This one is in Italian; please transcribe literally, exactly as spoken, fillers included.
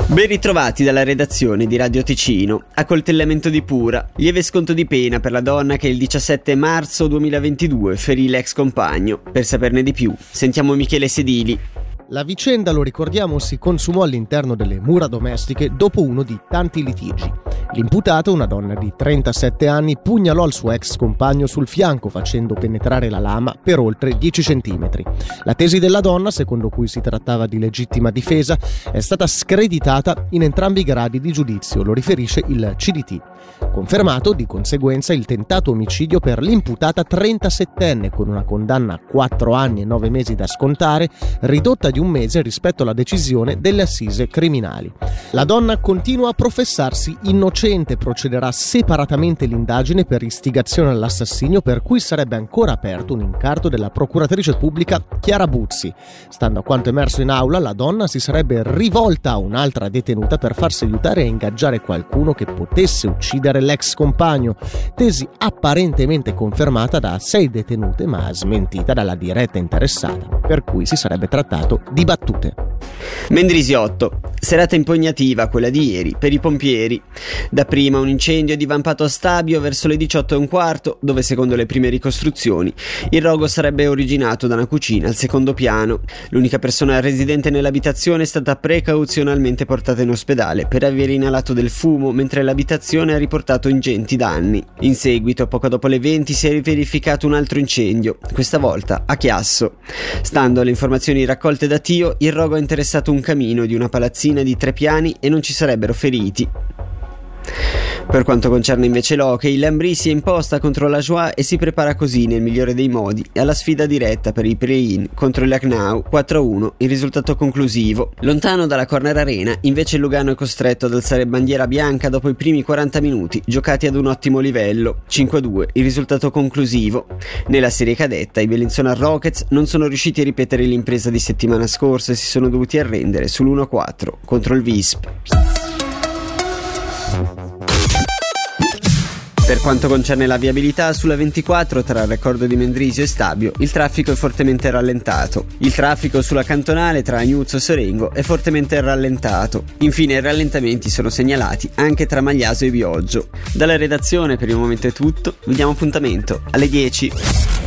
Ben ritrovati dalla redazione di Radio Ticino. Accoltellamento di Pura, lieve sconto di pena per la donna che il diciassette marzo duemilaventidue ferì l'ex compagno. Per saperne di più, sentiamo Michele Sedili. La vicenda, lo ricordiamo, si consumò all'interno delle mura domestiche dopo uno di tanti litigi. L'imputato, una donna di trentasette anni, pugnalò il suo ex compagno sul fianco facendo penetrare la lama per oltre dieci centimetri. La tesi della donna, secondo cui si trattava di legittima difesa, è stata screditata in entrambi i gradi di giudizio, lo riferisce il C D T. Confermato di conseguenza il tentato omicidio per l'imputata trentasettenne con una condanna a quattro anni e nove mesi da scontare, ridotta di un mese rispetto alla decisione delle assise criminali. La donna continua a professarsi innocente, procederà separatamente l'indagine per istigazione all'assassinio, per cui sarebbe ancora aperto un incarto della procuratrice pubblica Chiara Buzzi. Stando a quanto emerso in aula, la donna si sarebbe rivolta a un'altra detenuta per farsi aiutare a ingaggiare qualcuno che potesse uccidere l'ex compagno, tesi apparentemente confermata da sei detenute ma smentita dalla diretta interessata, per cui si sarebbe trattato di battute. Mendrisiotto, serata impegnativa quella di ieri per i pompieri. Dapprima un incendio è divampato a Stabio verso le diciotto e un quarto, dove secondo le prime ricostruzioni il rogo sarebbe originato da una cucina al secondo piano. L'unica persona residente nell'abitazione è stata precauzionalmente portata in ospedale per aver inalato del fumo, mentre l'abitazione ha riportato ingenti danni. In seguito, poco dopo le venti, si è verificato un altro incendio, questa volta a Chiasso. Stando alle informazioni raccolte da Tio, il rogo ha interessato un camino di una palazzina di tre piani e non ci sarebbero feriti. Per quanto concerne invece l'hockey, l'Ambri si è imposta contro la Joie e si prepara così, nel migliore dei modi, alla sfida diretta per i play-in contro il Lucknow quattro a uno, il risultato conclusivo. Lontano dalla Corner Arena, invece il Lugano è costretto ad alzare bandiera bianca dopo i primi quaranta minuti, giocati ad un ottimo livello, cinque a due, il risultato conclusivo. Nella serie cadetta, i Bellinzona Rockets non sono riusciti a ripetere l'impresa di settimana scorsa e si sono dovuti arrendere sull'uno a quattro contro il Visp. Per quanto concerne la viabilità, sulla ventiquattro tra il raccordo di Mendrisio e Stabio il traffico è fortemente rallentato. Il traffico sulla cantonale tra Agnuzzo e Sorengo è fortemente rallentato. Infine i rallentamenti sono segnalati anche tra Magliaso e Bioggio. Dalla redazione per il momento è tutto, vi diamo appuntamento alle dieci.